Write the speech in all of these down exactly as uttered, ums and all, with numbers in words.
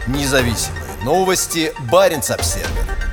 Независимые новости. Баренц-Обсервер.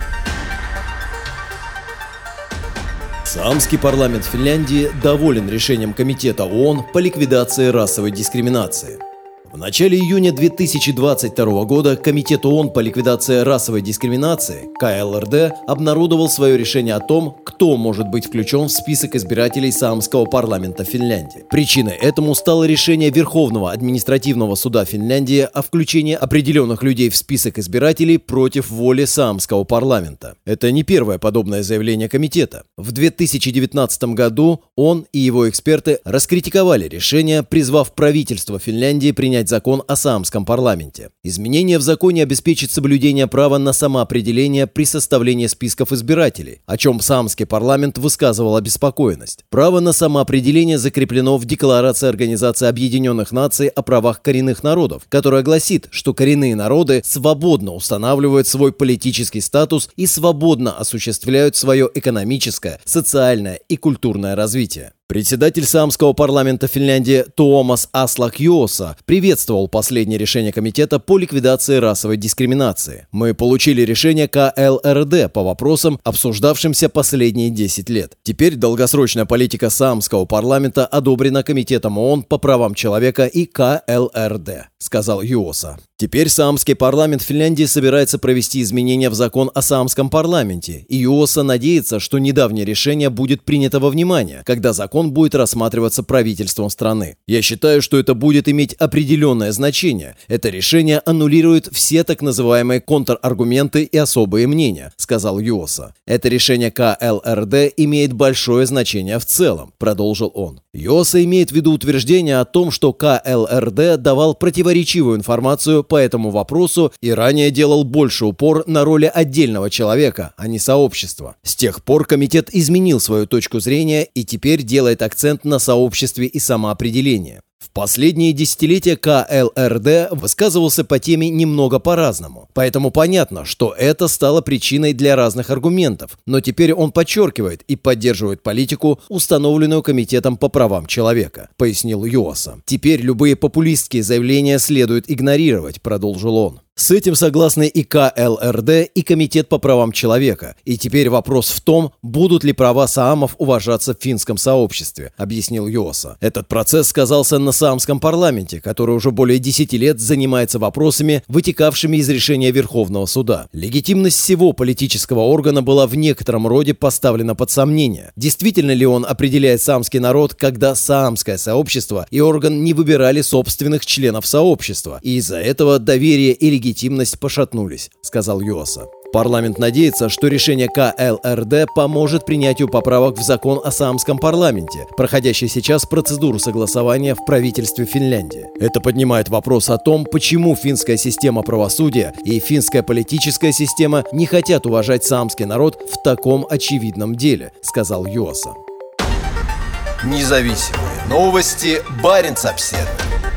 Саамский парламент Финляндии доволен решением Комитета ООН по ликвидации расовой дискриминации. В начале июня две тысячи двадцать второго года Комитет ООН по ликвидации расовой дискриминации (ка эл эр дэ) обнародовал свое решение о том, кто может быть включен в список избирателей Саамского парламента Финляндии. Причиной этому стало решение Верховного административного суда Финляндии о включении определенных людей в список избирателей против воли Саамского парламента. Это не первое подобное заявление комитета. В две тысячи девятнадцатом году он и его эксперты раскритиковали решение, призвав правительство Финляндии принять закон о Саамском парламенте. Изменение в законе обеспечит соблюдение права на самоопределение при составлении списков избирателей, о чем Саамский парламент высказывал обеспокоенность. Право на самоопределение закреплено в Декларации Организации Объединенных Наций о правах коренных народов, которая гласит, что коренные народы свободно устанавливают свой политический статус и свободно осуществляют свое экономическое, социальное и культурное развитие. Председатель Саамского парламента Финляндии Туомас Аслак Юоса приветствовал последнее решение Комитета по ликвидации расовой дискриминации. «Мы получили решение ка эл эр дэ по вопросам, обсуждавшимся последние десять лет. Теперь долгосрочная политика Саамского парламента одобрена Комитетом ООН по правам человека и ка эл эр дэ», — сказал Юоса. Теперь Саамский парламент Финляндии собирается провести изменения в закон о Саамском парламенте, и Юоса надеется, что недавнее решение будет принято во внимание, когда закон будет рассматриваться правительством страны. «Я считаю, что это будет иметь определенное значение. Это решение аннулирует все так называемые контраргументы и особые мнения», — сказал Юоса. «Это решение ка эл эр дэ имеет большое значение в целом», — продолжил он. Юоса имеет в виду утверждение о том, что ка эл эр дэ давал противоречивую информацию по этому вопросу и ранее делал больше упор на роли отдельного человека, а не сообщества. С тех пор комитет изменил свою точку зрения и теперь делает акцент на сообществе и самоопределении. В последние десятилетия ка эл эр дэ высказывался по теме немного по-разному, поэтому понятно, что это стало причиной для разных аргументов, но теперь он подчеркивает и поддерживает политику, установленную Комитетом по правам человека, пояснил Юоса. «Теперь любые популистские заявления следует игнорировать», — продолжил он. С этим согласны и ка эл эр дэ, и Комитет по правам человека. И теперь вопрос в том, будут ли права саамов уважаться в финском сообществе, объяснил Юоса. Этот процесс сказался на Саамском парламенте, который уже более десяти лет занимается вопросами, вытекавшими из решения Верховного суда. Легитимность всего политического органа была в некотором роде поставлена под сомнение. Действительно ли он определяет саамский народ, когда саамское сообщество и орган не выбирали собственных членов сообщества, и из-за этого доверие и легитимность легитимность пошатнулись, сказал Юоса. Парламент надеется, что решение ка эл эр дэ поможет принятию поправок в закон о Саамском парламенте, проходящий сейчас процедуру согласования в правительстве Финляндии. Это поднимает вопрос о том, почему финская система правосудия и финская политическая система не хотят уважать саамский народ в таком очевидном деле, сказал Юоса. Независимые новости. Баренц-Обсервер.